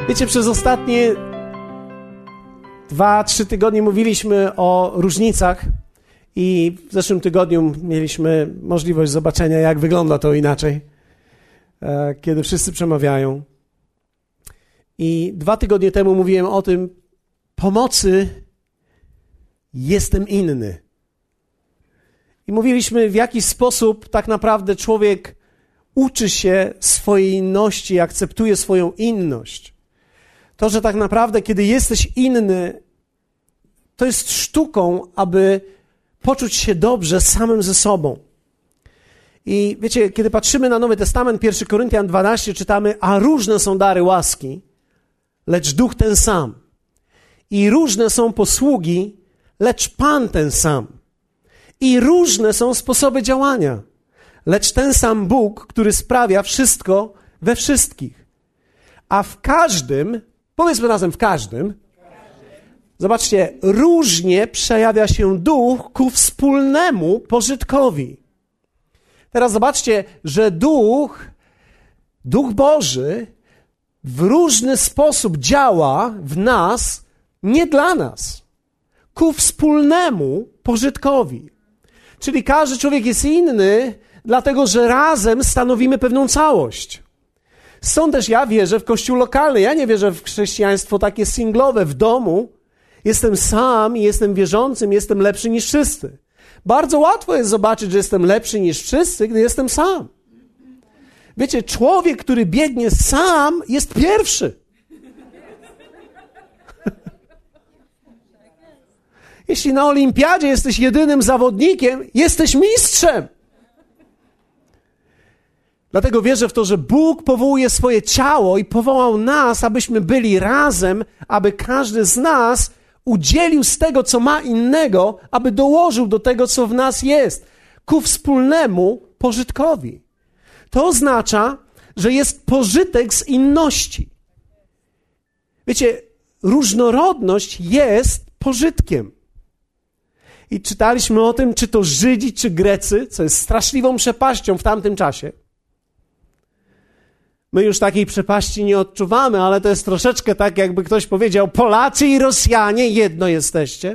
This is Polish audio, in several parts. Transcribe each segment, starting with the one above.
Wiecie, przez ostatnie 2-3 tygodnie mówiliśmy o różnicach i w zeszłym tygodniu mieliśmy możliwość zobaczenia, jak wygląda to inaczej, kiedy wszyscy przemawiają. I 2 tygodnie temu mówiłem o tym, pomocy jestem inny. I mówiliśmy, w jaki sposób tak naprawdę człowiek uczy się swojej inności, akceptuje swoją inność. To, że tak naprawdę, kiedy jesteś inny, to jest sztuką, aby poczuć się dobrze samym ze sobą. I wiecie, kiedy patrzymy na Nowy Testament, 1 Koryntian 12, czytamy, a różne są dary łaski, lecz Duch ten sam. I różne są posługi, lecz Pan ten sam. I różne są sposoby działania, lecz ten sam Bóg, który sprawia wszystko we wszystkich. A w każdym, powiedzmy razem w każdym, zobaczcie, różnie przejawia się Duch ku wspólnemu pożytkowi. Teraz zobaczcie, że Duch Boży w różny sposób działa w nas, nie dla nas, ku wspólnemu pożytkowi. Czyli każdy człowiek jest inny, dlatego że razem stanowimy pewną całość. Stąd też ja wierzę w kościół lokalny. Ja nie wierzę w chrześcijaństwo takie singlowe w domu. Jestem sam i jestem wierzącym, jestem lepszy niż wszyscy. Bardzo łatwo jest zobaczyć, że jestem lepszy niż wszyscy, gdy jestem sam. Wiecie, człowiek, który biegnie sam, jest pierwszy. Jeśli na olimpiadzie jesteś jedynym zawodnikiem, jesteś mistrzem. Dlatego wierzę w to, że Bóg powołuje swoje ciało i powołał nas, abyśmy byli razem, aby każdy z nas udzielił z tego, co ma innego, aby dołożył do tego, co w nas jest, ku wspólnemu pożytkowi. To oznacza, że jest pożytek z inności. Wiecie, różnorodność jest pożytkiem. I czytaliśmy o tym, czy to Żydzi, czy Grecy, co jest straszliwą przepaścią w tamtym czasie. My już takiej przepaści nie odczuwamy, ale to jest troszeczkę tak, jakby ktoś powiedział, Polacy i Rosjanie jedno jesteście.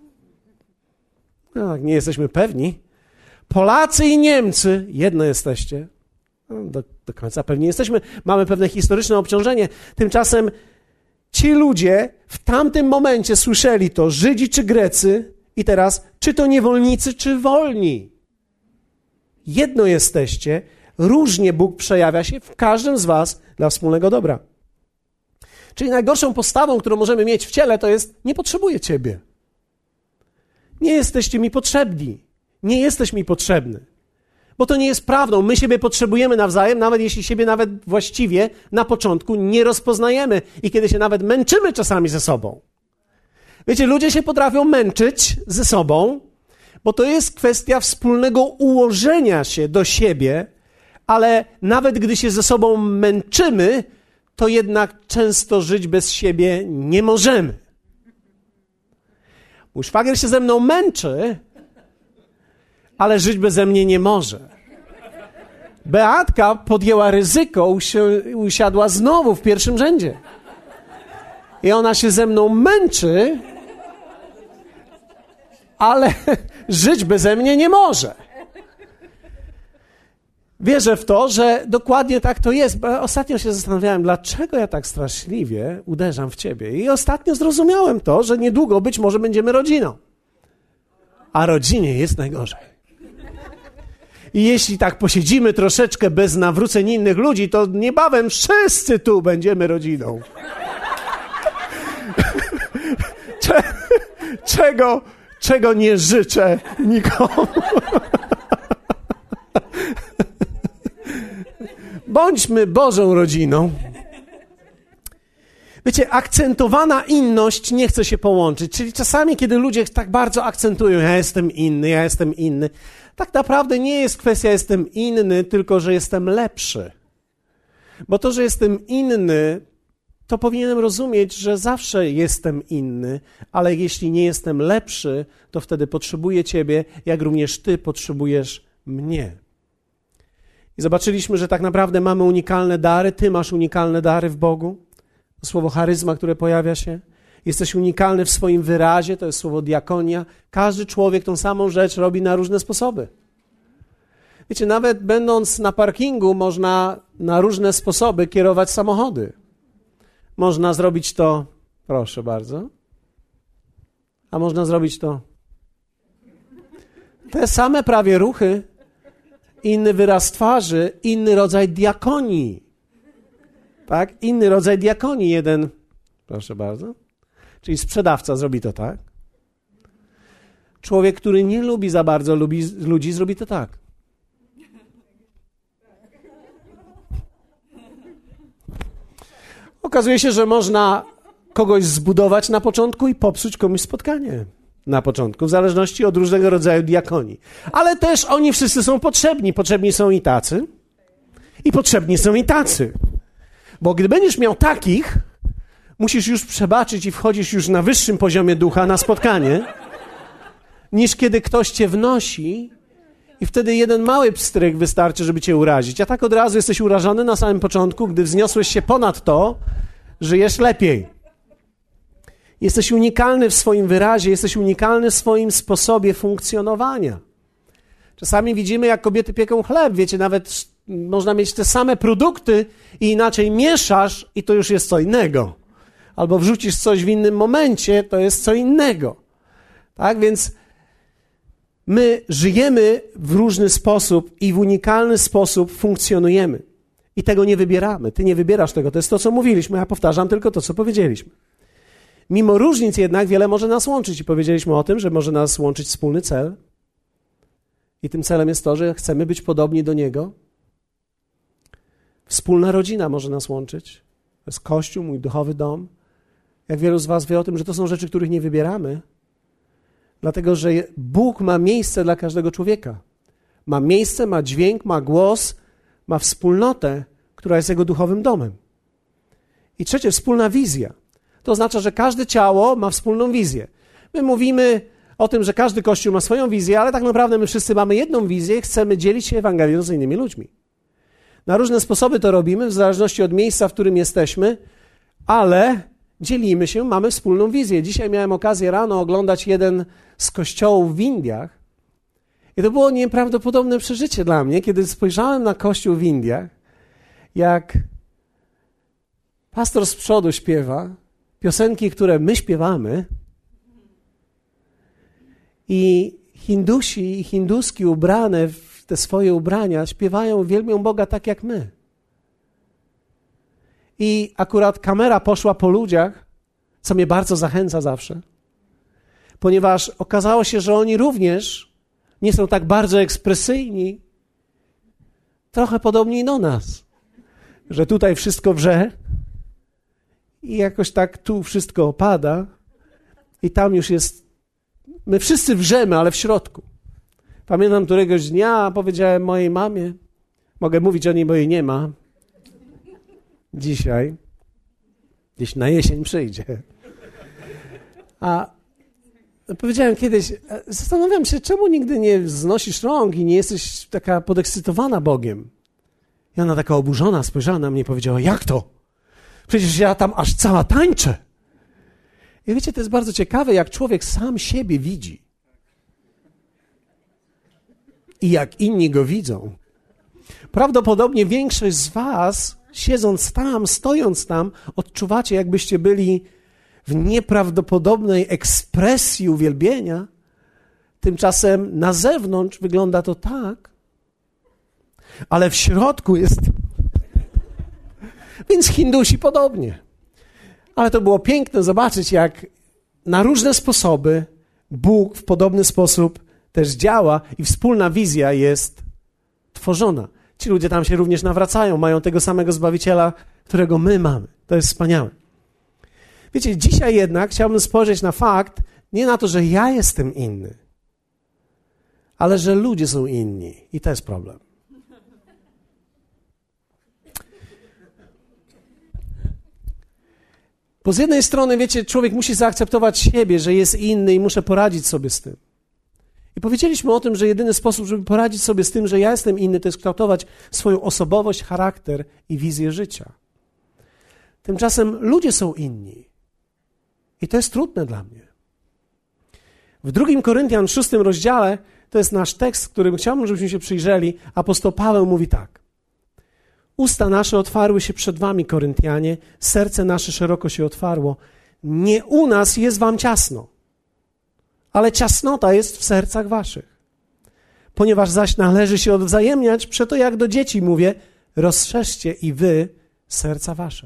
No, nie jesteśmy pewni. Polacy i Niemcy jedno jesteście. No, do końca pewnie jesteśmy. Mamy pewne historyczne obciążenie. Tymczasem ci ludzie w tamtym momencie słyszeli to, Żydzi czy Grecy, i teraz, czy to niewolnicy, czy wolni. Jedno jesteście, różnie Bóg przejawia się w każdym z was dla wspólnego dobra. Czyli najgorszą postawą, którą możemy mieć w ciele, to jest, nie potrzebuję ciebie. Nie jesteście mi potrzebni. Nie jesteś mi potrzebny. Bo to nie jest prawdą. My siebie potrzebujemy nawzajem, nawet jeśli siebie nawet właściwie na początku nie rozpoznajemy i kiedy się nawet męczymy czasami ze sobą. Wiecie, ludzie się potrafią męczyć ze sobą, bo to jest kwestia wspólnego ułożenia się do siebie, ale nawet gdy się ze sobą męczymy, to jednak często żyć bez siebie nie możemy. Mój szwagier się ze mną męczy, ale żyć beze mnie nie może. Beatka podjęła ryzyko, usiadła znowu w pierwszym rzędzie. I ona się ze mną męczy, ale żyć beze mnie nie może. Wierzę w to, że dokładnie tak to jest. Bo ostatnio się zastanawiałem, dlaczego ja tak straszliwie uderzam w ciebie. I ostatnio zrozumiałem to, że niedługo być może będziemy rodziną. A rodzinie jest najgorzej. I jeśli tak posiedzimy troszeczkę bez nawróceń innych ludzi, to niebawem wszyscy tu będziemy rodziną. Czego nie życzę nikomu. Bądźmy Bożą rodziną. Wiecie, akcentowana inność nie chce się połączyć. Czyli czasami, kiedy ludzie tak bardzo akcentują, ja jestem inny, tak naprawdę nie jest kwestia jestem inny, tylko że jestem lepszy. Bo to, że jestem inny, to powinienem rozumieć, że zawsze jestem inny, ale jeśli nie jestem lepszy, to wtedy potrzebuję ciebie, jak również ty potrzebujesz mnie. I zobaczyliśmy, że tak naprawdę mamy unikalne dary, ty masz unikalne dary w Bogu. to słowo charyzma, które pojawia się. Jesteś unikalny w swoim wyrazie, to jest słowo diakonia. Każdy człowiek tą samą rzecz robi na różne sposoby. Wiecie, nawet będąc na parkingu można na różne sposoby kierować samochody. Można zrobić to, proszę bardzo, a można zrobić to. Te same prawie ruchy, inny wyraz twarzy, inny rodzaj diakonii. Tak? Inny rodzaj diakonii. Jeden, proszę bardzo, czyli sprzedawca zrobi to tak. Człowiek, który nie lubi za bardzo ludzi, zrobi to tak. Okazuje się, że można kogoś zbudować na początku i popsuć komuś spotkanie na początku, w zależności od różnego rodzaju diakonii. Ale też oni wszyscy są potrzebni. Potrzebni są i tacy, i potrzebni są i tacy. Bo gdy będziesz miał takich, musisz już przebaczyć i wchodzisz już na wyższym poziomie ducha na spotkanie, niż kiedy ktoś cię wnosi i wtedy jeden mały pstryk wystarczy, żeby cię urazić. A tak od razu jesteś urażony na samym początku, gdy wzniosłeś się ponad to, żyjesz lepiej. Jesteś unikalny w swoim wyrazie, jesteś unikalny w swoim sposobie funkcjonowania. Czasami widzimy, jak kobiety pieką chleb, wiecie, nawet można mieć te same produkty i inaczej mieszasz i to już jest co innego. Albo wrzucisz coś w innym momencie, to jest co innego. Tak, więc my żyjemy w różny sposób i w unikalny sposób funkcjonujemy. I tego nie wybieramy. Ty nie wybierasz tego. To jest to, co mówiliśmy. Ja powtarzam tylko to, co powiedzieliśmy. Mimo różnic jednak wiele może nas łączyć. I powiedzieliśmy o tym, że może nas łączyć wspólny cel. I tym celem jest to, że chcemy być podobni do Niego. Wspólna rodzina może nas łączyć. To jest Kościół, mój duchowy dom. Jak wielu z was wie o tym, że to są rzeczy, których nie wybieramy. Dlatego, że Bóg ma miejsce dla każdego człowieka. Ma miejsce, ma dźwięk, ma głos, ma wspólnotę, która jest Jego duchowym domem. I trzecie, wspólna wizja. To oznacza, że każde ciało ma wspólną wizję. My mówimy o tym, że każdy Kościół ma swoją wizję, ale tak naprawdę my wszyscy mamy jedną wizję i chcemy dzielić się Ewangelią z innymi ludźmi. Na różne sposoby to robimy, w zależności od miejsca, w którym jesteśmy, ale dzielimy się, mamy wspólną wizję. Dzisiaj miałem okazję rano oglądać jeden z kościołów w Indiach i to było nieprawdopodobne przeżycie dla mnie, kiedy spojrzałem na kościół w Indiach, jak pastor z przodu śpiewa piosenki, które my śpiewamy i Hindusi i hinduski ubrane w te swoje ubrania śpiewają, wielbią Boga tak jak my. I akurat kamera poszła po ludziach, co mnie bardzo zachęca zawsze, ponieważ okazało się, że oni również nie są tak bardzo ekspresyjni, trochę podobni do nas, że tutaj wszystko wrze i jakoś tak tu wszystko opada i tam już jest, my wszyscy wrzemy, ale w środku. Pamiętam któregoś dnia powiedziałem mojej mamie, mogę mówić o niej, bo jej nie ma, dzisiaj, gdzieś na jesień przyjdzie. A powiedziałem kiedyś, zastanawiam się, czemu nigdy nie wznosisz rąk i nie jesteś taka podekscytowana Bogiem. I ona taka oburzona spojrzała na mnie i powiedziała, jak to? Przecież ja tam aż cała tańczę. I wiecie, to jest bardzo ciekawe, jak człowiek sam siebie widzi. I jak inni go widzą. Prawdopodobnie większość z was, siedząc tam, stojąc tam, odczuwacie, jakbyście byli w nieprawdopodobnej ekspresji uwielbienia. Tymczasem na zewnątrz wygląda to tak, ale w środku jest... Więc Hindusi podobnie. Ale to było piękne zobaczyć, jak na różne sposoby Bóg w podobny sposób też działa i wspólna wizja jest tworzona. Ci ludzie tam się również nawracają, mają tego samego Zbawiciela, którego my mamy. To jest wspaniałe. Wiecie, dzisiaj jednak chciałbym spojrzeć na fakt, nie na to, że ja jestem inny, ale że ludzie są inni. I to jest problem. Bo z jednej strony, wiecie, człowiek musi zaakceptować siebie, że jest inny i muszę poradzić sobie z tym. I powiedzieliśmy o tym, że jedyny sposób, żeby poradzić sobie z tym, że ja jestem inny, to jest kształtować swoją osobowość, charakter i wizję życia. Tymczasem ludzie są inni. I to jest trudne dla mnie. W 2 Koryntian 6 rozdziale, to jest nasz tekst, którym chciałbym, żebyśmy się przyjrzeli, apostoł Paweł mówi tak. Usta nasze otwarły się przed wami, Koryntianie, serce nasze szeroko się otwarło. Nie u nas jest wam ciasno, ale ciasnota jest w sercach waszych. Ponieważ zaś należy się odwzajemniać, przeto jak do dzieci mówię, rozszerzcie i wy serca wasze.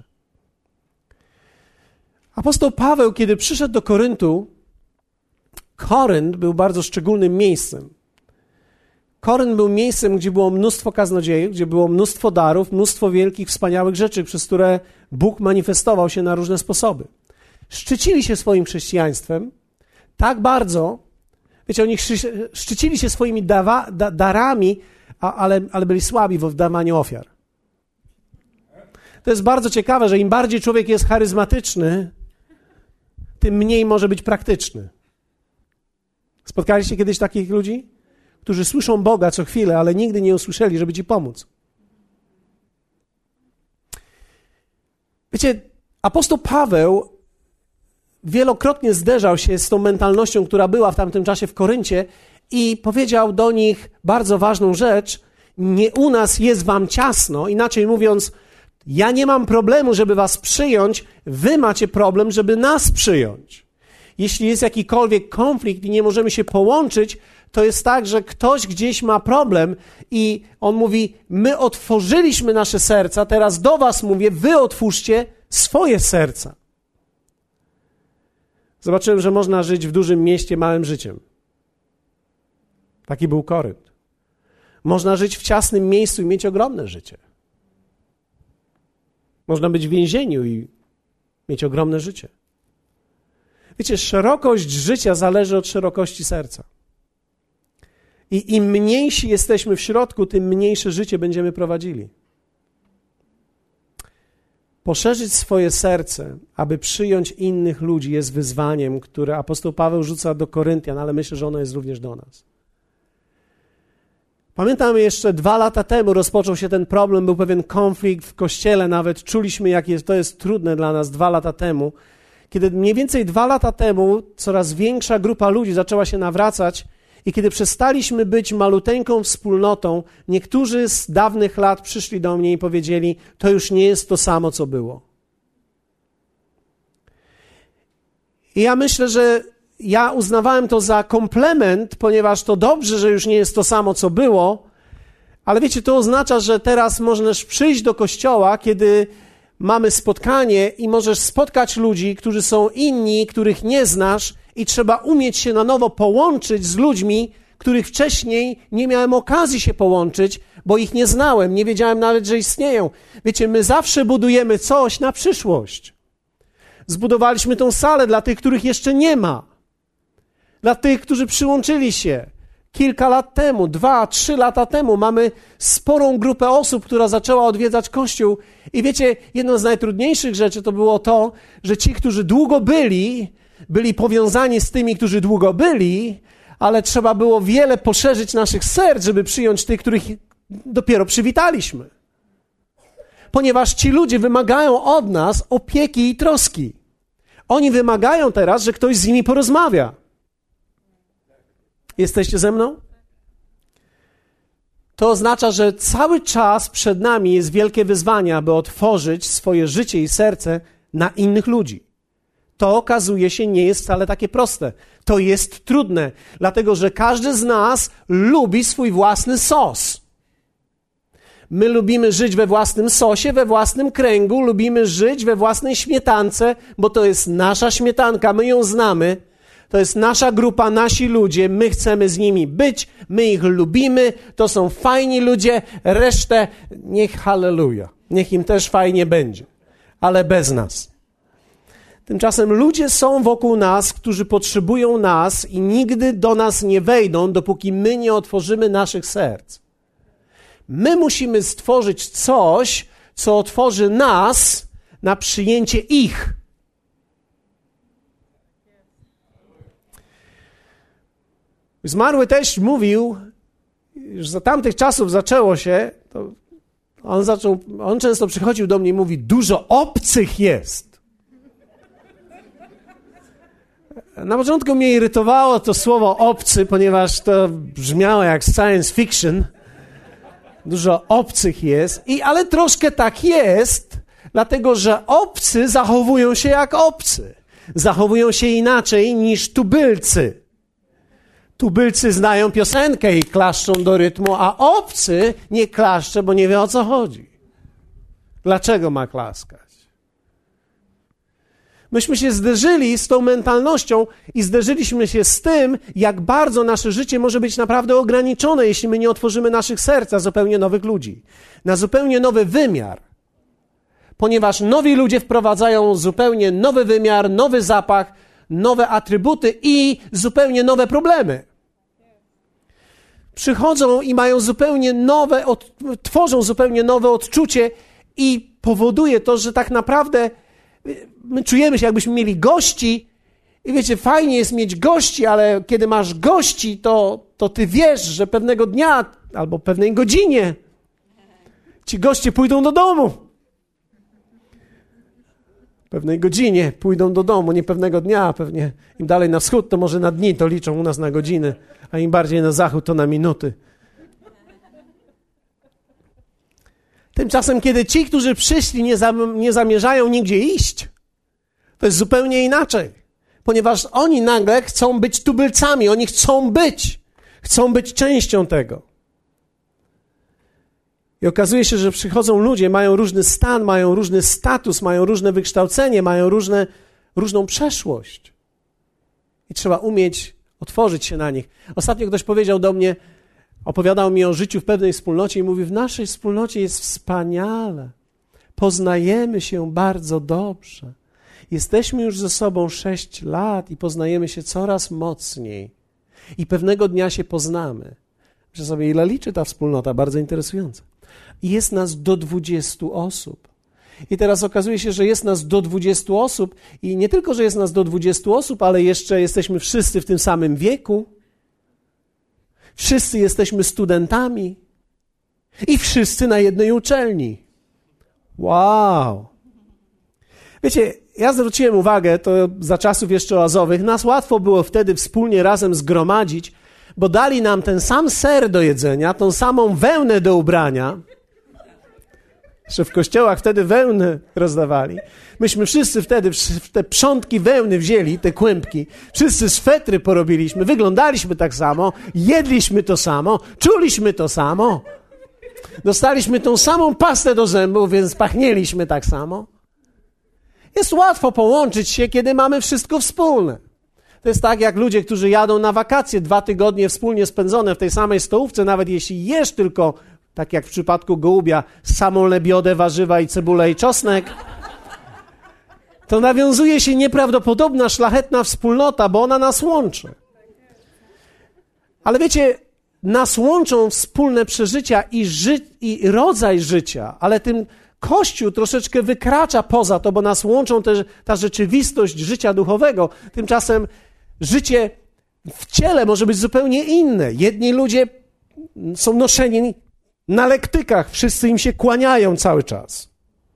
Apostoł Paweł, kiedy przyszedł do Koryntu, Korynt był bardzo szczególnym miejscem. Korynt był miejscem, gdzie było mnóstwo kaznodziejów, gdzie było mnóstwo darów, mnóstwo wielkich, wspaniałych rzeczy, przez które Bóg manifestował się na różne sposoby. Szczycili się swoim chrześcijaństwem tak bardzo, wiecie, oni szczycili się swoimi darami, ale byli słabi w dawaniu ofiar. To jest bardzo ciekawe, że im bardziej człowiek jest charyzmatyczny, tym mniej może być praktyczny. Spotkaliście kiedyś takich ludzi, którzy słyszą Boga co chwilę, ale nigdy nie usłyszeli, żeby ci pomóc? Wiecie, apostoł Paweł wielokrotnie zderzał się z tą mentalnością, która była w tamtym czasie w Koryncie i powiedział do nich bardzo ważną rzecz: nie u nas jest wam ciasno, inaczej mówiąc, ja nie mam problemu, żeby was przyjąć, wy macie problem, żeby nas przyjąć. Jeśli jest jakikolwiek konflikt i nie możemy się połączyć, to jest tak, że ktoś gdzieś ma problem i on mówi, my otworzyliśmy nasze serca, teraz do was mówię, wy otwórzcie swoje serca. Zobaczyłem, że można żyć w dużym mieście małym życiem. Taki był Korynt. Można żyć w ciasnym miejscu i mieć ogromne życie. Można być w więzieniu i mieć ogromne życie. Wiecie, szerokość życia zależy od szerokości serca. I im mniejsi jesteśmy w środku, tym mniejsze życie będziemy prowadzili. Poszerzyć swoje serce, aby przyjąć innych ludzi, jest wyzwaniem, które apostoł Paweł rzuca do Koryntian, ale myślę, że ono jest również do nas. Pamiętam jeszcze 2 lata temu rozpoczął się ten problem, był pewien konflikt w kościele, nawet czuliśmy, jak to jest trudne dla nas 2 lata temu, kiedy mniej więcej 2 lata temu coraz większa grupa ludzi zaczęła się nawracać i kiedy przestaliśmy być maluteńką wspólnotą, niektórzy z dawnych lat przyszli do mnie i powiedzieli, to już nie jest to samo, co było. I ja myślę, że ja uznawałem to za komplement, ponieważ to dobrze, że już nie jest to samo, co było, ale wiecie, to oznacza, że teraz możesz przyjść do kościoła, kiedy mamy spotkanie i możesz spotkać ludzi, którzy są inni, których nie znasz i trzeba umieć się na nowo połączyć z ludźmi, których wcześniej nie miałem okazji się połączyć, bo ich nie znałem, nie wiedziałem nawet, że istnieją. Wiecie, my zawsze budujemy coś na przyszłość. Zbudowaliśmy tą salę dla tych, których jeszcze nie ma. Dla tych, którzy przyłączyli się kilka lat temu, 2-3 lata temu. Mamy sporą grupę osób, która zaczęła odwiedzać Kościół. I wiecie, jedną z najtrudniejszych rzeczy to było to, że ci, którzy długo byli powiązani z tymi, którzy długo byli, ale trzeba było wiele poszerzyć naszych serc, żeby przyjąć tych, których dopiero przywitaliśmy. Ponieważ ci ludzie wymagają od nas opieki i troski. Oni wymagają teraz, że ktoś z nimi porozmawia. Jesteście ze mną? To oznacza, że cały czas przed nami jest wielkie wyzwanie, aby otworzyć swoje życie i serce na innych ludzi. To okazuje się nie jest wcale takie proste. To jest trudne, dlatego że każdy z nas lubi swój własny sos. My lubimy żyć we własnym sosie, we własnym kręgu, lubimy żyć we własnej śmietance, bo to jest nasza śmietanka, my ją znamy. To jest nasza grupa, nasi ludzie, my chcemy z nimi być, my ich lubimy, to są fajni ludzie, resztę niech halleluja, niech im też fajnie będzie, ale bez nas. Tymczasem ludzie są wokół nas, którzy potrzebują nas i nigdy do nas nie wejdą, dopóki my nie otworzymy naszych serc. My musimy stworzyć coś, co otworzy nas na przyjęcie ich. Zmarły teść mówił, że za tamtych czasów zaczęło się, to On często przychodził do mnie i mówi, dużo obcych jest. Na początku mnie irytowało to słowo obcy, ponieważ to brzmiało jak science fiction. Dużo obcych jest, ale troszkę tak jest, dlatego że obcy zachowują się jak obcy. Zachowują się inaczej niż tubylcy. Tubylcy znają piosenkę i klaszczą do rytmu, a obcy nie klaszcze, bo nie wie, o co chodzi. Dlaczego ma klaskać? Myśmy się zderzyli z tą mentalnością i zderzyliśmy się z tym, jak bardzo nasze życie może być naprawdę ograniczone, jeśli my nie otworzymy naszych serc na zupełnie nowych ludzi, na zupełnie nowy wymiar. Ponieważ nowi ludzie wprowadzają zupełnie nowy wymiar, nowy zapach, nowe atrybuty i zupełnie nowe problemy. Przychodzą i mają zupełnie nowe, tworzą zupełnie nowe odczucie i powoduje to, że tak naprawdę my czujemy się, jakbyśmy mieli gości i wiecie, fajnie jest mieć gości, ale kiedy masz gości, to ty wiesz, że pewnego dnia albo pewnej godzinie ci goście pójdą do domu. Pewnej godzinie pójdą do domu, nie pewnego dnia, pewnie im dalej na wschód, to może na dni, to liczą u nas na godziny, a im bardziej na zachód, to na minuty. Tymczasem, kiedy ci, którzy przyszli, nie zamierzają nigdzie iść, to jest zupełnie inaczej, ponieważ oni nagle chcą być tubylcami, oni chcą być częścią tego. I okazuje się, że przychodzą ludzie, mają różny stan, mają różny status, mają różne wykształcenie, mają różną przeszłość. I trzeba umieć otworzyć się na nich. Ostatnio ktoś powiedział do mnie, opowiadał mi o życiu w pewnej wspólnocie i mówi, w naszej wspólnocie jest wspaniale. Poznajemy się bardzo dobrze. Jesteśmy już ze sobą 6 lat i poznajemy się coraz mocniej. I pewnego dnia się poznamy. Myślę sobie, ile liczy ta wspólnota, bardzo interesujące. I jest nas do 20 osób. I teraz okazuje się, że jest nas do 20 osób i nie tylko, że jest nas do 20 osób, ale jeszcze jesteśmy wszyscy w tym samym wieku. Wszyscy jesteśmy studentami i wszyscy na jednej uczelni. Wow! Wiecie, ja zwróciłem uwagę, to za czasów jeszcze oazowych, nas łatwo było wtedy wspólnie razem zgromadzić, bo dali nam ten sam ser do jedzenia, tą samą wełnę do ubrania. Jeszcze w kościołach wtedy wełnę rozdawali. Myśmy wszyscy wtedy te przątki wełny wzięli, te kłębki. Wszyscy swetry porobiliśmy, wyglądaliśmy tak samo, jedliśmy to samo, czuliśmy to samo. Dostaliśmy tą samą pastę do zębów, więc pachnieliśmy tak samo. Jest łatwo połączyć się, kiedy mamy wszystko wspólne. To jest tak jak ludzie, którzy jadą na wakacje, 2 tygodnie wspólnie spędzone w tej samej stołówce, nawet jeśli jesz tylko, tak jak w przypadku gołubia, samą lebiodę, warzywa i cebulę i czosnek, to nawiązuje się nieprawdopodobna, szlachetna wspólnota, bo ona nas łączy. Ale wiecie, nas łączą wspólne przeżycia i rodzaj życia, ale tym Kościół troszeczkę wykracza poza to, bo nas łączą ta rzeczywistość życia duchowego. Tymczasem życie w ciele może być zupełnie inne. Jedni ludzie są noszeni na lektykach, wszyscy im się kłaniają cały czas.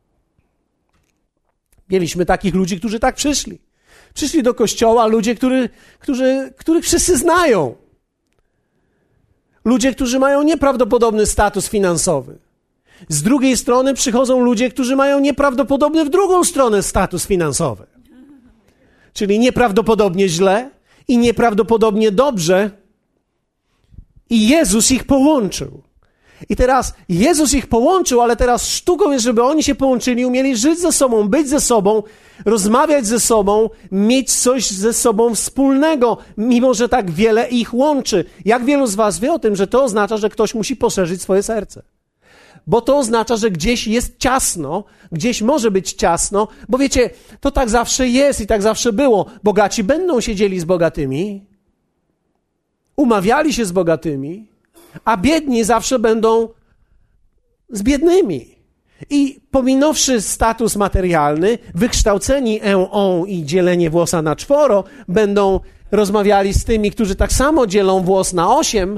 Mieliśmy takich ludzi, którzy tak przyszli. Przyszli do kościoła ludzie, których wszyscy znają. Ludzie, którzy mają nieprawdopodobny status finansowy. Z drugiej strony przychodzą ludzie, którzy mają nieprawdopodobny w drugą stronę status finansowy. Czyli nieprawdopodobnie źle i nieprawdopodobnie dobrze. I Jezus ich połączył. I teraz Jezus ich połączył, ale teraz sztuką jest, żeby oni się połączyli, umieli żyć ze sobą, być ze sobą, rozmawiać ze sobą, mieć coś ze sobą wspólnego, mimo że tak wiele ich łączy. Jak wielu z was wie o tym, że to oznacza, że ktoś musi poszerzyć swoje serce? Bo to oznacza, że gdzieś jest ciasno, gdzieś może być ciasno, bo wiecie, to tak zawsze jest i tak zawsze było. Bogaci będą siedzieli z bogatymi, umawiali się z bogatymi, a biedni zawsze będą z biednymi. I pominąwszy status materialny, wykształceni i dzielenie włosa na 4, będą rozmawiali z tymi, którzy tak samo dzielą włos na 8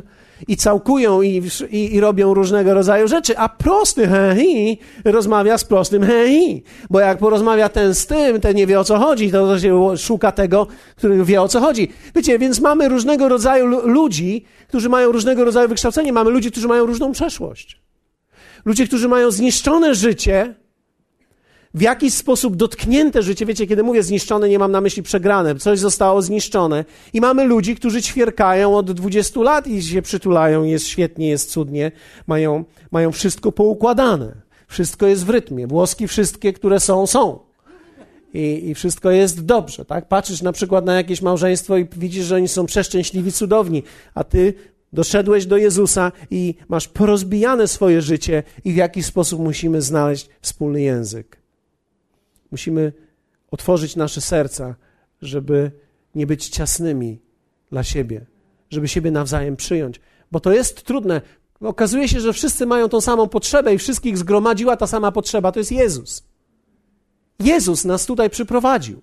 i całkują i robią różnego rodzaju rzeczy, a prosty he-hi rozmawia z prostym he-hi, bo jak porozmawia ten z tym, ten nie wie o co chodzi, to się szuka tego, który wie o co chodzi. Wiecie, więc mamy różnego rodzaju ludzi, którzy mają różnego rodzaju wykształcenie, mamy ludzi, którzy mają różną przeszłość. Ludzie, którzy mają zniszczone życie, w jakiś sposób dotknięte życie. Wiecie, kiedy mówię zniszczone, nie mam na myśli przegrane. Coś zostało zniszczone. I mamy ludzi, którzy ćwierkają od 20 lat i się przytulają. Jest świetnie, jest cudnie. Mają wszystko poukładane. Wszystko jest w rytmie. Włoski wszystkie, które są. I wszystko jest dobrze, tak? Patrzysz na przykład na jakieś małżeństwo i widzisz, że oni są przeszczęśliwi, cudowni, a ty doszedłeś do Jezusa i masz porozbijane swoje życie i w jakiś sposób musimy znaleźć wspólny język. Musimy otworzyć nasze serca, żeby nie być ciasnymi dla siebie, żeby siebie nawzajem przyjąć, bo to jest trudne. Okazuje się, że wszyscy mają tą samą potrzebę i wszystkich zgromadziła ta sama potrzeba, to jest Jezus. Jezus nas tutaj przyprowadził.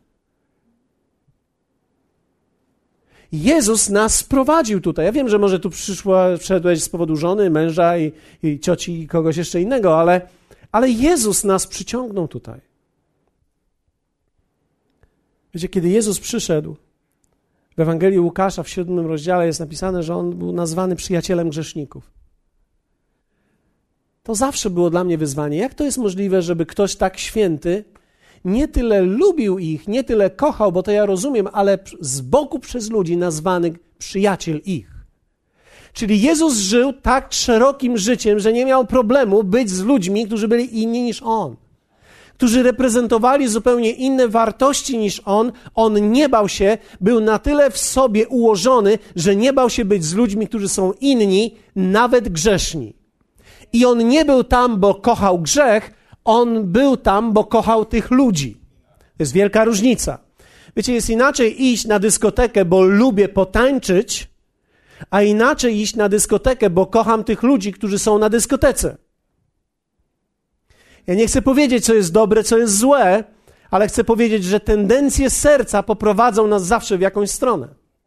Jezus nas sprowadził tutaj. Ja wiem, że może tu przyszedłeś z powodu żony, męża i cioci i kogoś jeszcze innego, ale Jezus nas przyciągnął tutaj. Wiecie, kiedy Jezus przyszedł, w Ewangelii Łukasza w 7 rozdziale jest napisane, że On był nazwany przyjacielem grzeszników. To zawsze było dla mnie wyzwanie. Jak to jest możliwe, żeby ktoś tak święty nie tyle lubił ich, nie tyle kochał, bo to ja rozumiem, ale z boku przez ludzi nazwany przyjaciel ich. Czyli Jezus żył tak szerokim życiem, że nie miał problemu być z ludźmi, którzy byli inni niż On. Którzy reprezentowali zupełnie inne wartości niż On. On nie bał się, był na tyle w sobie ułożony, że nie bał się być z ludźmi, którzy są inni, nawet grzeszni. I On nie był tam, bo kochał grzech, On był tam, bo kochał tych ludzi. To jest wielka różnica. Wiecie, jest inaczej iść na dyskotekę, bo lubię potańczyć, a inaczej iść na dyskotekę, bo kocham tych ludzi, którzy są na dyskotece. Ja nie chcę powiedzieć, co jest dobre, co jest złe, ale chcę powiedzieć, że tendencje serca poprowadzą nas zawsze w jakąś stronę.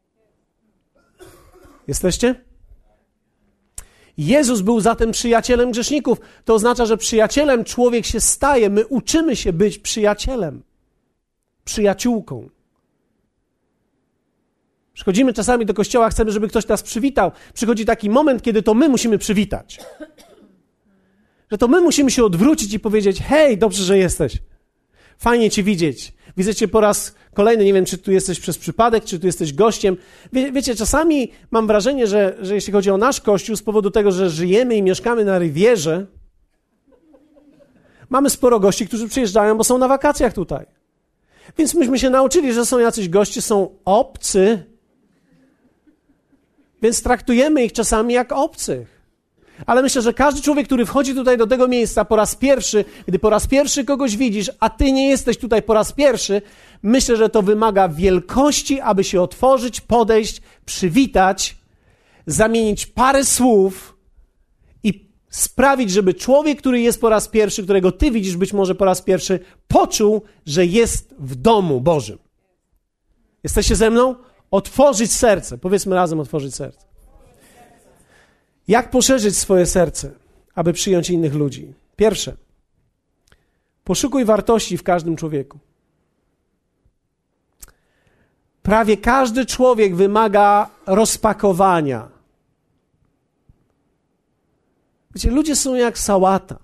Jesteście? Jezus był zatem przyjacielem grzeszników. To oznacza, że przyjacielem człowiek się staje. My uczymy się być przyjacielem, przyjaciółką. Przychodzimy czasami do kościoła, chcemy, żeby ktoś nas przywitał. Przychodzi taki moment, kiedy to my musimy przywitać. Że to my musimy się odwrócić i powiedzieć: hej, dobrze, że jesteś. Fajnie cię widzieć. Widzę cię po raz kolejny. Nie wiem, czy tu jesteś przez przypadek, czy tu jesteś gościem. Wiecie, czasami mam wrażenie, że jeśli chodzi o nasz Kościół, z powodu tego, że żyjemy i mieszkamy na Rywierze, mamy sporo gości, którzy przyjeżdżają, bo są na wakacjach tutaj. Więc myśmy się nauczyli, że są jacyś goście, są obcy, więc traktujemy ich czasami jak obcych. Ale myślę, że każdy człowiek, który wchodzi tutaj do tego miejsca po raz pierwszy, gdy po raz pierwszy kogoś widzisz, a ty nie jesteś tutaj po raz pierwszy, myślę, że to wymaga wielkości, aby się otworzyć, podejść, przywitać, zamienić parę słów i sprawić, żeby człowiek, który jest po raz pierwszy, którego ty widzisz być może po raz pierwszy, poczuł, że jest w domu Bożym. Jesteście ze mną? Otworzyć serce. Powiedzmy razem: otworzyć serce. Jak poszerzyć swoje serce, aby przyjąć innych ludzi? Pierwsze, poszukuj wartości w każdym człowieku. Prawie każdy człowiek wymaga rozpakowania. Wiecie, ludzie są jak sałata.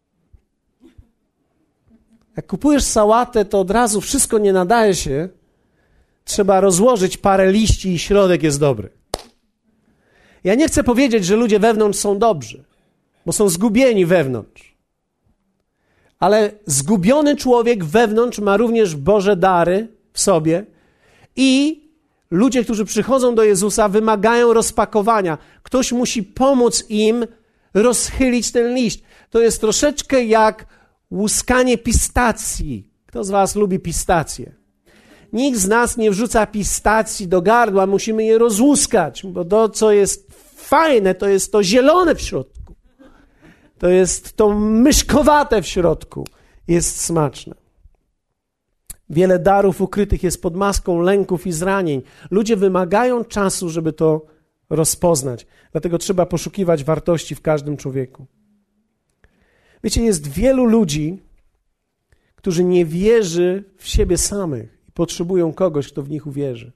Jak kupujesz sałatę, to od razu wszystko nie nadaje się. Trzeba rozłożyć parę liści i środek jest dobry. Ja nie chcę powiedzieć, że ludzie wewnątrz są dobrzy, bo są zgubieni wewnątrz. Ale zgubiony człowiek wewnątrz ma również Boże dary w sobie i ludzie, którzy przychodzą do Jezusa, wymagają rozpakowania. Ktoś musi pomóc im rozchylić ten liść. To jest troszeczkę jak łuskanie pistacji. Kto z was lubi pistacje? Nikt z nas nie wrzuca pistacji do gardła, musimy je rozłuskać, bo to, co jest fajne, to jest to zielone w środku. To jest to myszkowate w środku. Jest smaczne. Wiele darów ukrytych jest pod maską lęków i zranień. Ludzie wymagają czasu, żeby to rozpoznać. Dlatego trzeba poszukiwać wartości w każdym człowieku. Wiecie, jest wielu ludzi, którzy nie wierzy w siebie samych i potrzebują kogoś, kto w nich uwierzy.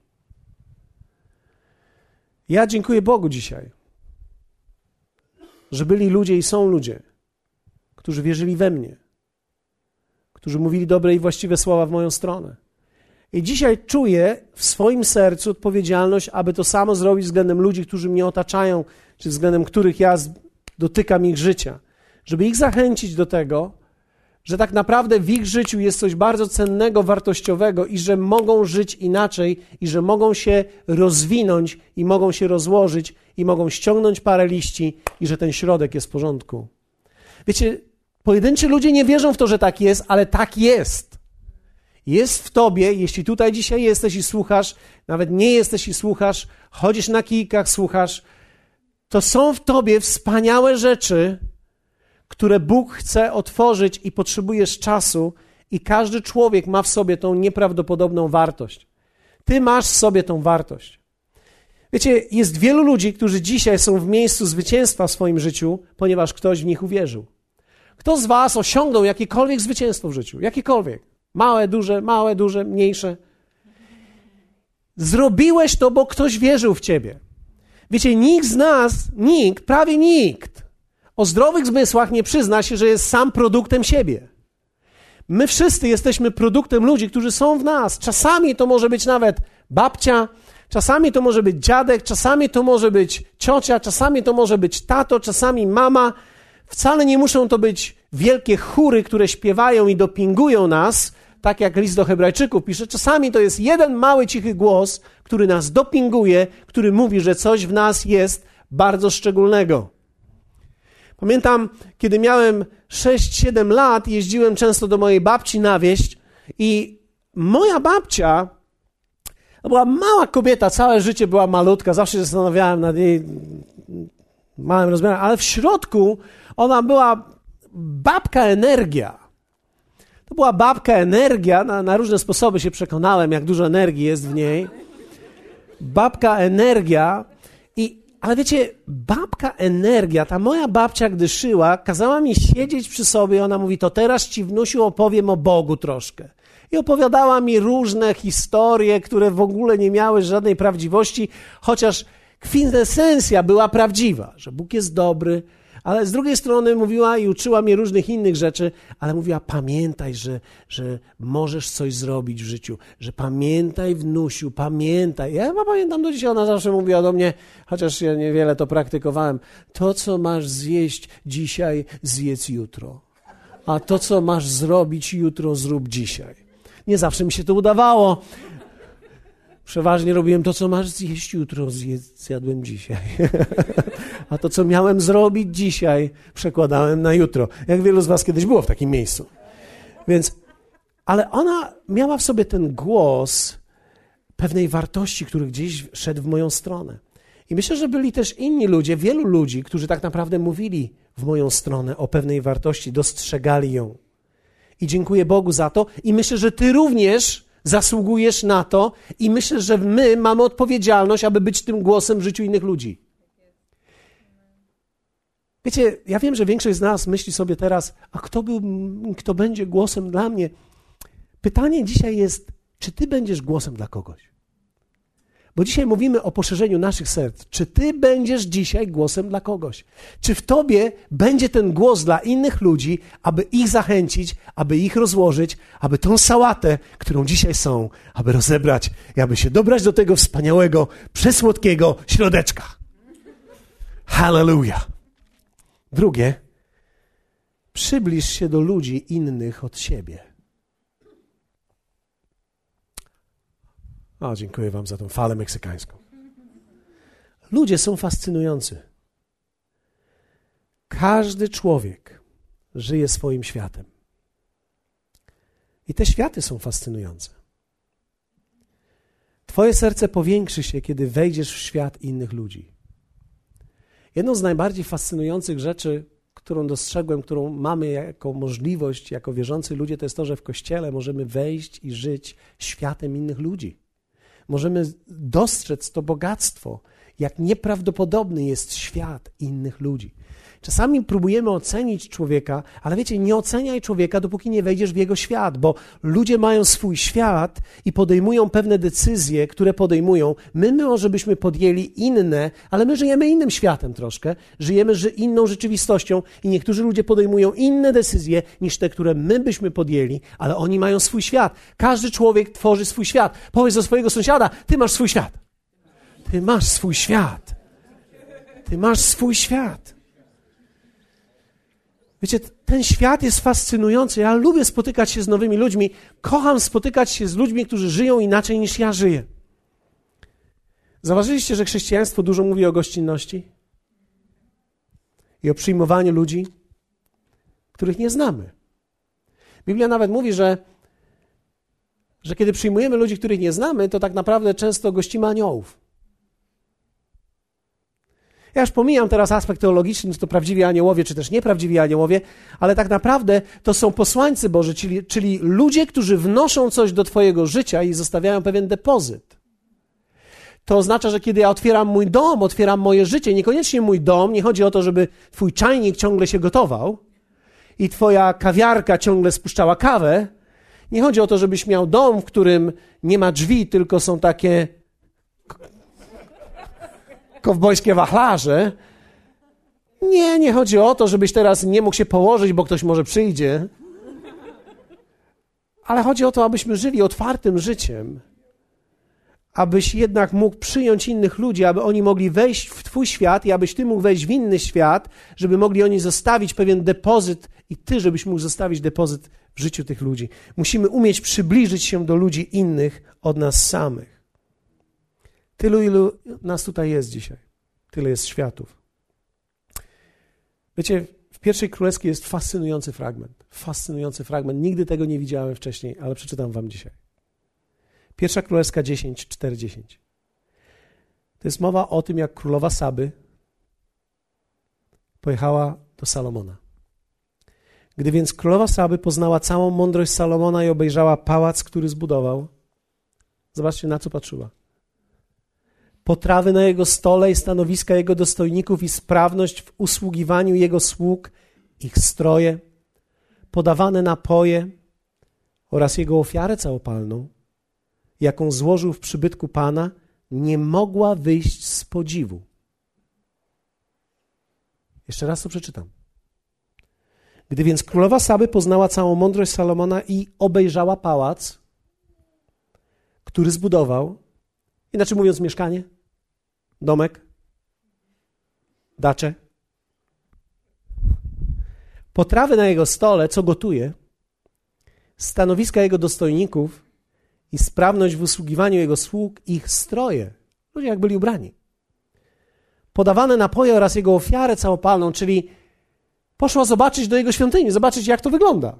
Ja dziękuję Bogu dzisiaj, że byli ludzie i są ludzie, którzy wierzyli we mnie, którzy mówili dobre i właściwe słowa w moją stronę. I dzisiaj czuję w swoim sercu odpowiedzialność, aby to samo zrobić względem ludzi, którzy mnie otaczają, czy względem których ja dotykam ich życia. Żeby ich zachęcić do tego, że tak naprawdę w ich życiu jest coś bardzo cennego, wartościowego i że mogą żyć inaczej i że mogą się rozwinąć i mogą się rozłożyć i mogą ściągnąć parę liści i że ten środek jest w porządku. Wiecie, pojedynczy ludzie nie wierzą w to, że tak jest, ale tak jest. Jest w tobie, jeśli tutaj dzisiaj jesteś i słuchasz, nawet nie jesteś i słuchasz, chodzisz na kijkach, słuchasz, to są w tobie wspaniałe rzeczy, które Bóg chce otworzyć i potrzebujesz czasu i każdy człowiek ma w sobie tą nieprawdopodobną wartość. Ty masz w sobie tą wartość. Wiecie, jest wielu ludzi, którzy dzisiaj są w miejscu zwycięstwa w swoim życiu, ponieważ ktoś w nich uwierzył. Kto z was osiągnął jakiekolwiek zwycięstwo w życiu? Jakiekolwiek. Małe, duże, mniejsze. Zrobiłeś to, bo ktoś wierzył w ciebie. Wiecie, nikt z nas, prawie nikt o zdrowych zmysłach nie przyzna się, że jest sam produktem siebie. My wszyscy jesteśmy produktem ludzi, którzy są w nas. Czasami to może być nawet babcia, czasami to może być dziadek, czasami to może być ciocia, czasami to może być tato, czasami mama. Wcale nie muszą to być wielkie chóry, które śpiewają i dopingują nas, tak jak list do Hebrajczyków pisze. Czasami to jest jeden mały, cichy głos, który nas dopinguje, który mówi, że coś w nas jest bardzo szczególnego. Pamiętam, kiedy miałem 6-7 lat, jeździłem często do mojej babci na wieś i moja babcia to była mała kobieta, całe życie była malutka, zawsze się zastanawiałem nad jej małym rozmiarem, ale w środku ona była babka energia. To była babka energia, na różne sposoby się przekonałem, jak dużo energii jest w niej. Babka energia ale wiecie, babka energia, ta moja babcia, gdy szyła, kazała mi siedzieć przy sobie i ona mówi, to teraz ci, wnusiu, opowiem o Bogu troszkę. I opowiadała mi różne historie, które w ogóle nie miały żadnej prawdziwości, chociaż kwintesencja była prawdziwa, że Bóg jest dobry, ale z drugiej strony mówiła i uczyła mnie różnych innych rzeczy, ale mówiła, pamiętaj, że możesz coś zrobić w życiu, że pamiętaj, wnusiu, pamiętaj. Ja chyba pamiętam do dzisiaj, ona zawsze mówiła do mnie, chociaż ja niewiele to praktykowałem, to, co masz zjeść dzisiaj, zjedz jutro, a to, co masz zrobić jutro, zrób dzisiaj. Nie zawsze mi się to udawało. Przeważnie robiłem to, co masz zjeść jutro, zjadłem dzisiaj. A to, co miałem zrobić dzisiaj, przekładałem na jutro. Jak wielu z was kiedyś było w takim miejscu. Ale ona miała w sobie ten głos pewnej wartości, który gdzieś szedł w moją stronę. I myślę, że byli też inni ludzie, wielu ludzi, którzy tak naprawdę mówili w moją stronę o pewnej wartości, dostrzegali ją. I dziękuję Bogu za to. I myślę, że ty również zasługujesz na to i myślę, że my mamy odpowiedzialność, aby być tym głosem w życiu innych ludzi. Wiecie, ja wiem, że większość z nas myśli sobie teraz, a kto będzie głosem dla mnie? Pytanie dzisiaj jest, czy ty będziesz głosem dla kogoś? Bo dzisiaj mówimy o poszerzeniu naszych serc. Czy ty będziesz dzisiaj głosem dla kogoś? Czy w tobie będzie ten głos dla innych ludzi, aby ich zachęcić, aby ich rozłożyć, aby tą sałatę, którą dzisiaj są, aby rozebrać i aby się dobrać do tego wspaniałego, przesłodkiego środeczka. Hallelujah. Drugie, przybliż się do ludzi innych od siebie. O, dziękuję wam za tą falę meksykańską. Ludzie są fascynujący. Każdy człowiek żyje swoim światem. I te światy są fascynujące. Twoje serce powiększy się, kiedy wejdziesz w świat innych ludzi. Jedną z najbardziej fascynujących rzeczy, którą dostrzegłem, którą mamy jako możliwość, jako wierzący ludzie, to jest to, że w Kościele możemy wejść i żyć światem innych ludzi. Możemy dostrzec to bogactwo jak nieprawdopodobny jest świat innych ludzi. Czasami próbujemy ocenić człowieka, ale wiecie, nie oceniaj człowieka, dopóki nie wejdziesz w jego świat, bo ludzie mają swój świat i podejmują pewne decyzje, które podejmują. My może byśmy podjęli inne, ale my żyjemy innym światem troszkę, żyjemy inną rzeczywistością i niektórzy ludzie podejmują inne decyzje niż te, które my byśmy podjęli, ale oni mają swój świat. Każdy człowiek tworzy swój świat. Powiedz do swojego sąsiada, ty masz swój świat. Ty masz swój świat. Ty masz swój świat. Wiecie, ten świat jest fascynujący. Ja lubię spotykać się z nowymi ludźmi. Kocham spotykać się z ludźmi, którzy żyją inaczej niż ja żyję. Zauważyliście, że chrześcijaństwo dużo mówi o gościnności? I o przyjmowaniu ludzi, których nie znamy. Biblia nawet mówi, że kiedy przyjmujemy ludzi, których nie znamy, to tak naprawdę często gościmy aniołów. Ja już pomijam teraz aspekt teologiczny, czy to prawdziwi aniołowie, czy też nieprawdziwi aniołowie, ale tak naprawdę to są posłańcy Boży, czyli ludzie, którzy wnoszą coś do twojego życia i zostawiają pewien depozyt. To oznacza, że kiedy ja otwieram mój dom, otwieram moje życie, niekoniecznie mój dom, nie chodzi o to, żeby twój czajnik ciągle się gotował i twoja kawiarka ciągle spuszczała kawę. Nie chodzi o to, żebyś miał dom, w którym nie ma drzwi, tylko są takie kowbojskie wachlarze. Nie chodzi o to, żebyś teraz nie mógł się położyć, bo ktoś może przyjdzie. Ale chodzi o to, abyśmy żyli otwartym życiem. Abyś jednak mógł przyjąć innych ludzi, aby oni mogli wejść w twój świat i abyś ty mógł wejść w inny świat, żeby mogli oni zostawić pewien depozyt i ty, żebyś mógł zostawić depozyt w życiu tych ludzi. Musimy umieć przybliżyć się do ludzi innych od nas samych. Tylu, ilu nas tutaj jest dzisiaj. Tyle jest światów. Wiecie, w Pierwszej Królewskiej jest fascynujący fragment. Fascynujący fragment. Nigdy tego nie widziałem wcześniej, ale przeczytam wam dzisiaj. Pierwsza Królewska 10, 4-10. To jest mowa o tym, jak królowa Saby pojechała do Salomona. Gdy więc królowa Saby poznała całą mądrość Salomona i obejrzała pałac, który zbudował, zobaczcie, na co patrzyła. Potrawy na jego stole i stanowiska jego dostojników i sprawność w usługiwaniu jego sług, ich stroje, podawane napoje oraz jego ofiarę całopalną, jaką złożył w przybytku Pana, nie mogła wyjść z podziwu. Jeszcze raz to przeczytam. Gdy więc królowa Saby poznała całą mądrość Salomona i obejrzała pałac, który zbudował, inaczej mówiąc mieszkanie, domek, dacze, potrawy na jego stole, co gotuje, stanowiska jego dostojników i sprawność w usługiwaniu jego sług, ich stroje, ludzie jak byli ubrani, podawane napoje oraz jego ofiarę całopalną, czyli poszła zobaczyć do jego świątyni, zobaczyć jak to wygląda.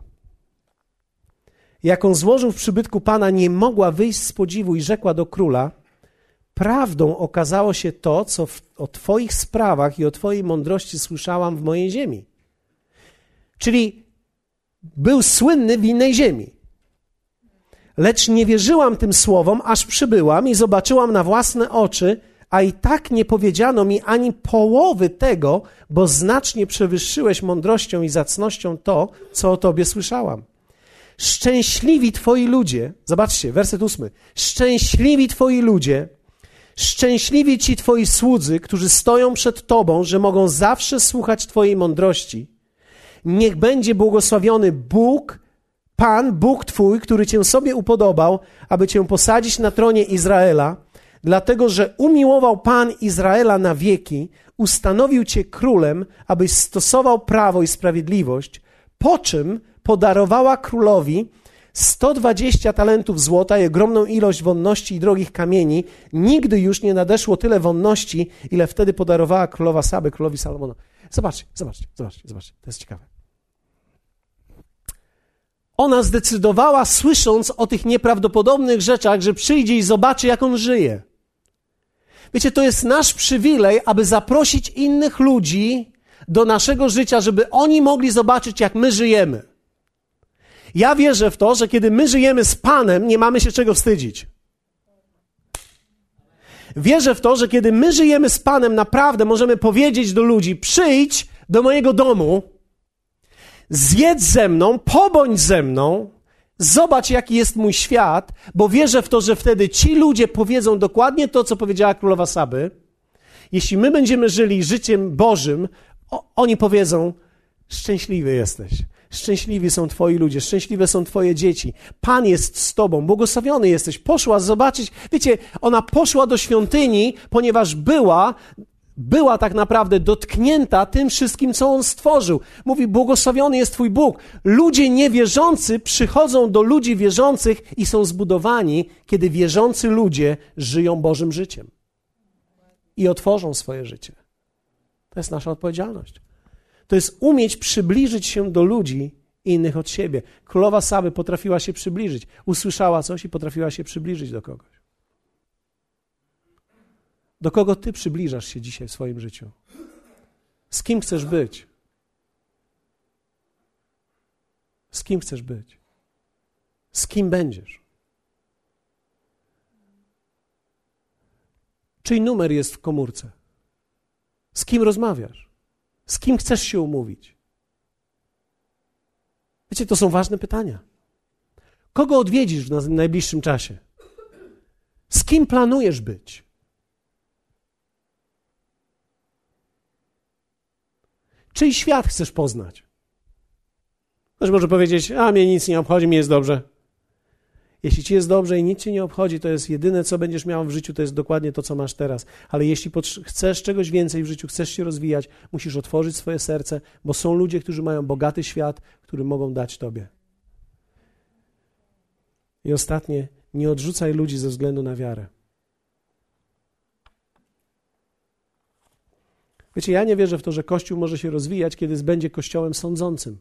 Jaką złożył w przybytku Pana, nie mogła wyjść z podziwu i rzekła do króla: prawdą okazało się to, co o twoich sprawach i o twojej mądrości słyszałam w mojej ziemi. Czyli był słynny w innej ziemi. Lecz nie wierzyłam tym słowom, aż przybyłam i zobaczyłam na własne oczy, a i tak nie powiedziano mi ani połowy tego, bo znacznie przewyższyłeś mądrością i zacnością to, co o tobie słyszałam. Szczęśliwi twoi ludzie, zobaczcie, werset 8. Szczęśliwi twoi ludzie, szczęśliwi ci twoi słudzy, którzy stoją przed tobą, że mogą zawsze słuchać twojej mądrości. Niech będzie błogosławiony Bóg, Pan, Bóg twój, który cię sobie upodobał, aby cię posadzić na tronie Izraela, dlatego że umiłował Pan Izraela na wieki, ustanowił cię królem, abyś stosował prawo i sprawiedliwość, po czym podarowała królowi 120 talentów złota i ogromną ilość wonności i drogich kamieni. Nigdy już nie nadeszło tyle wonności, ile wtedy podarowała królowa Saby, królowi Salomona. Zobaczcie. To jest ciekawe. Ona zdecydowała, słysząc o tych nieprawdopodobnych rzeczach, że przyjdzie i zobaczy, jak on żyje. Wiecie, to jest nasz przywilej, aby zaprosić innych ludzi do naszego życia, żeby oni mogli zobaczyć, jak my żyjemy. Ja wierzę w to, że kiedy my żyjemy z Panem, nie mamy się czego wstydzić. Wierzę w to, że kiedy my żyjemy z Panem, naprawdę możemy powiedzieć do ludzi: przyjdź do mojego domu, zjedz ze mną, pobądź ze mną, zobacz, jaki jest mój świat, bo wierzę w to, że wtedy ci ludzie powiedzą dokładnie to, co powiedziała królowa Saby. Jeśli my będziemy żyli życiem Bożym, oni powiedzą: szczęśliwy jesteś, szczęśliwi są twoi ludzie, szczęśliwe są twoje dzieci, Pan jest z tobą, błogosławiony jesteś. Poszła zobaczyć, wiecie, ona poszła do świątyni, ponieważ była tak naprawdę dotknięta tym wszystkim, co On stworzył. Mówi: błogosławiony jest Twój Bóg. Ludzie niewierzący przychodzą do ludzi wierzących i są zbudowani, kiedy wierzący ludzie żyją Bożym życiem i otworzą swoje życie. To jest nasza odpowiedzialność. To jest umieć przybliżyć się do ludzi innych od siebie. Królowa Saby potrafiła się przybliżyć. Usłyszała coś i potrafiła się przybliżyć do kogoś. Do kogo ty przybliżasz się dzisiaj w swoim życiu? Z kim chcesz być? Z kim chcesz być? Z kim będziesz? Czyj numer jest w komórce? Z kim rozmawiasz? Z kim chcesz się umówić? Wiecie, to są ważne pytania. Kogo odwiedzisz w najbliższym czasie? Z kim planujesz być? Czyj świat chcesz poznać? Ktoś może powiedzieć: a mnie nic nie obchodzi, mi jest dobrze. Jeśli ci jest dobrze i nic cię nie obchodzi, to jest jedyne, co będziesz miał w życiu, to jest dokładnie to, co masz teraz. Ale jeśli chcesz czegoś więcej w życiu, chcesz się rozwijać, musisz otworzyć swoje serce, bo są ludzie, którzy mają bogaty świat, który mogą dać tobie. I ostatnie, nie odrzucaj ludzi ze względu na wiarę. Wiecie, ja nie wierzę w to, że Kościół może się rozwijać, kiedy będzie Kościołem sądzącym.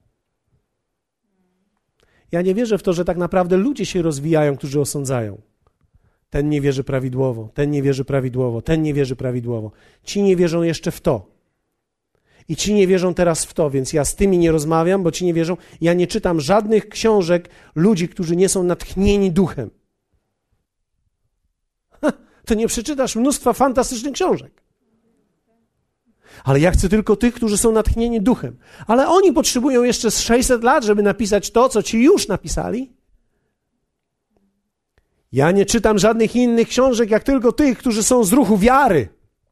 Ja nie wierzę w to, że tak naprawdę ludzie się rozwijają, którzy osądzają. Ten nie wierzy prawidłowo, ten nie wierzy prawidłowo, ten nie wierzy prawidłowo. Ci nie wierzą jeszcze w to. I ci nie wierzą teraz w to, więc ja z tymi nie rozmawiam, bo ci nie wierzą. Ja nie czytam żadnych książek ludzi, którzy nie są natchnieni duchem. To nie przeczytasz mnóstwa fantastycznych książek. Ale ja chcę tylko tych, którzy są natchnieni duchem. Ale oni potrzebują jeszcze 600 lat, żeby napisać to, co ci już napisali. Ja nie czytam żadnych innych książek, jak tylko tych, którzy są z ruchu wiary.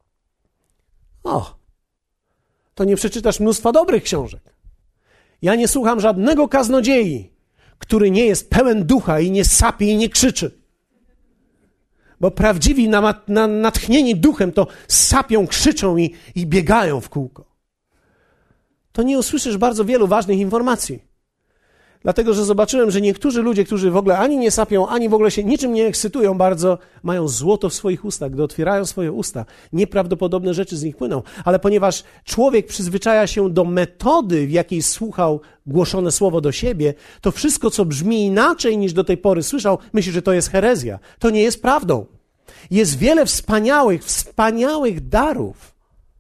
To nie przeczytasz mnóstwa dobrych książek. Ja nie słucham żadnego kaznodziei, który nie jest pełen ducha i nie sapie i nie krzyczy. Bo prawdziwi natchnieni duchem to sapią, krzyczą i biegają w kółko. To nie usłyszysz bardzo wielu ważnych informacji. Dlatego, że zobaczyłem, że niektórzy ludzie, którzy w ogóle ani nie sapią, ani w ogóle się niczym nie ekscytują bardzo, mają złoto w swoich ustach. Gdy otwierają swoje usta, nieprawdopodobne rzeczy z nich płyną. Ale ponieważ człowiek przyzwyczaja się do metody, w jakiej słuchał głoszone słowo do siebie, to wszystko, co brzmi inaczej niż do tej pory słyszał, myśli, że to jest herezja. To nie jest prawdą. Jest wiele wspaniałych darów,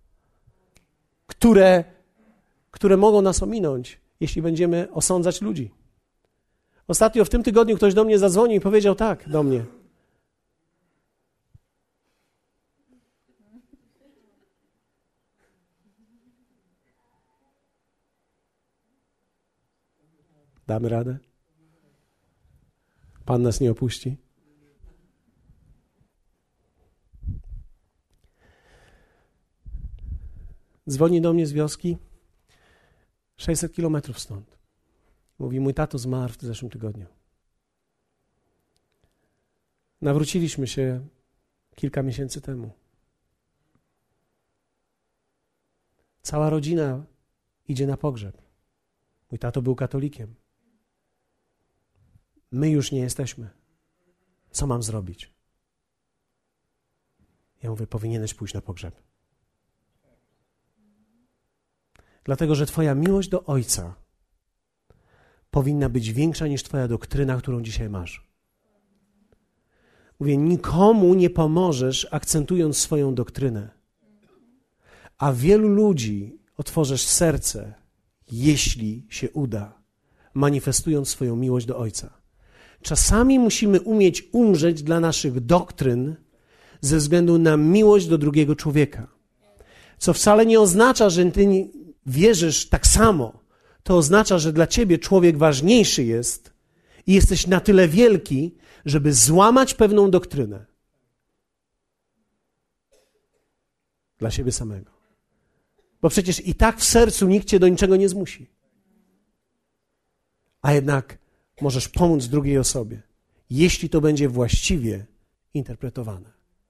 które mogą nas ominąć, jeśli będziemy osądzać ludzi. Ostatnio w tym tygodniu ktoś do mnie zadzwonił i powiedział tak do mnie: damy radę? Pan nas nie opuści? Dzwoni do mnie z wioski 600 kilometrów stąd. Mówi: mój tato zmarł w zeszłym tygodniu. Nawróciliśmy się kilka miesięcy temu. Cała rodzina idzie na pogrzeb. Mój tato był katolikiem. My już nie jesteśmy. Co mam zrobić? Ja mówię: powinieneś pójść na pogrzeb. Dlatego, że twoja miłość do Ojca powinna być większa niż twoja doktryna, którą dzisiaj masz. Mówię, nikomu nie pomożesz, akcentując swoją doktrynę. A wielu ludzi otworzysz serce, jeśli się uda, manifestując swoją miłość do Ojca. Czasami musimy umieć umrzeć dla naszych doktryn, ze względu na miłość do drugiego człowieka. Co wcale nie oznacza, że ty nie wierzysz tak samo. To oznacza, że dla ciebie człowiek ważniejszy jest i jesteś na tyle wielki, żeby złamać pewną doktrynę. Dla siebie samego. Bo przecież i tak w sercu nikt cię do niczego nie zmusi. A jednak możesz pomóc drugiej osobie, jeśli to będzie właściwie interpretowane.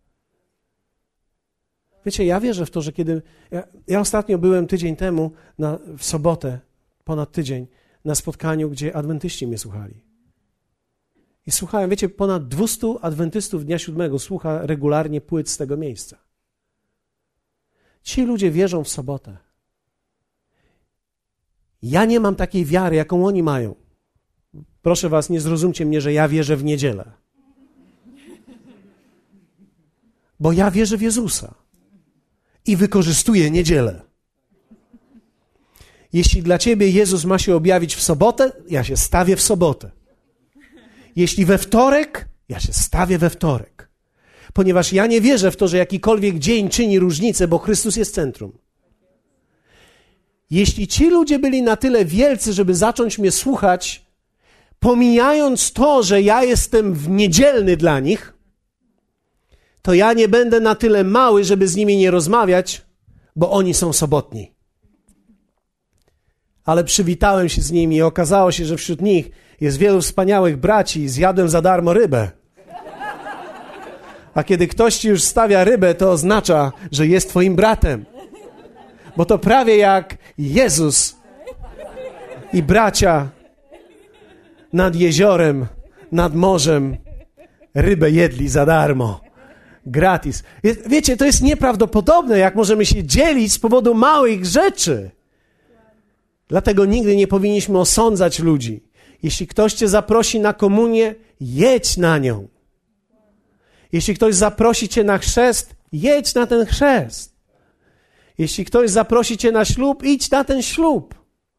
Wiecie, ja wierzę w to, że kiedy... Ja ostatnio byłem tydzień temu, w sobotę, ponad tydzień, na spotkaniu, gdzie adwentyści mnie słuchali. I słuchałem, wiecie, ponad 200 adwentystów Dnia Siódmego słucha regularnie płyt z tego miejsca. Ci ludzie wierzą w sobotę. Ja nie mam takiej wiary, jaką oni mają. Proszę was, nie zrozumcie mnie, że ja wierzę w niedzielę. Bo ja wierzę w Jezusa. I wykorzystuję niedzielę. Jeśli dla ciebie Jezus ma się objawić w sobotę, ja się stawię w sobotę. Jeśli we wtorek, ja się stawię we wtorek. Ponieważ ja nie wierzę w to, że jakikolwiek dzień czyni różnicę, bo Chrystus jest centrum. Jeśli ci ludzie byli na tyle wielcy, żeby zacząć mnie słuchać, pomijając to, że ja jestem w niedzielny dla nich, to ja nie będę na tyle mały, żeby z nimi nie rozmawiać, bo oni są sobotni. Ale przywitałem się z nimi i okazało się, że wśród nich jest wielu wspaniałych braci i zjadłem za darmo rybę. A kiedy ktoś ci już stawia rybę, to oznacza, że jest twoim bratem. Bo to prawie jak Jezus i bracia nad jeziorem, nad morzem rybę jedli za darmo. Gratis. Wiecie, to jest nieprawdopodobne, jak możemy się dzielić z powodu małych rzeczy. Dlatego nigdy nie powinniśmy osądzać ludzi. Jeśli ktoś cię zaprosi na komunię, jedź na nią. Jeśli ktoś zaprosi cię na chrzest, jedź na ten chrzest. Jeśli ktoś zaprosi cię na ślub, idź na ten ślub.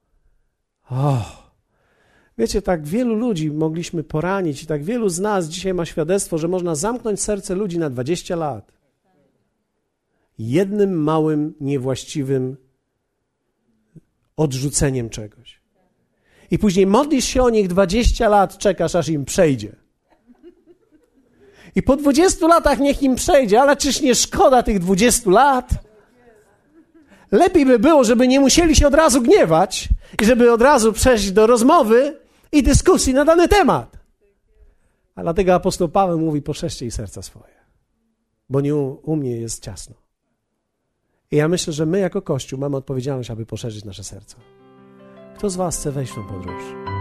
Wiecie, tak wielu ludzi mogliśmy poranić i tak wielu z nas dzisiaj ma świadectwo, że można zamknąć serce ludzi na 20 lat. Jednym małym, niewłaściwym odrzuceniem czegoś. I później modlisz się o nich 20 lat, czekasz, aż im przejdzie. I po 20 latach niech im przejdzie, ale czyż nie szkoda tych 20 lat? Lepiej by było, żeby nie musieli się od razu gniewać i żeby od razu przejść do rozmowy i dyskusji na dany temat. A dlatego apostoł Paweł mówi, poszerzcie ich serca swoje, bo nie u mnie jest ciasno. I ja myślę, że my jako Kościół mamy odpowiedzialność, aby poszerzyć nasze serca. Kto z was chce wejść w tą podróż?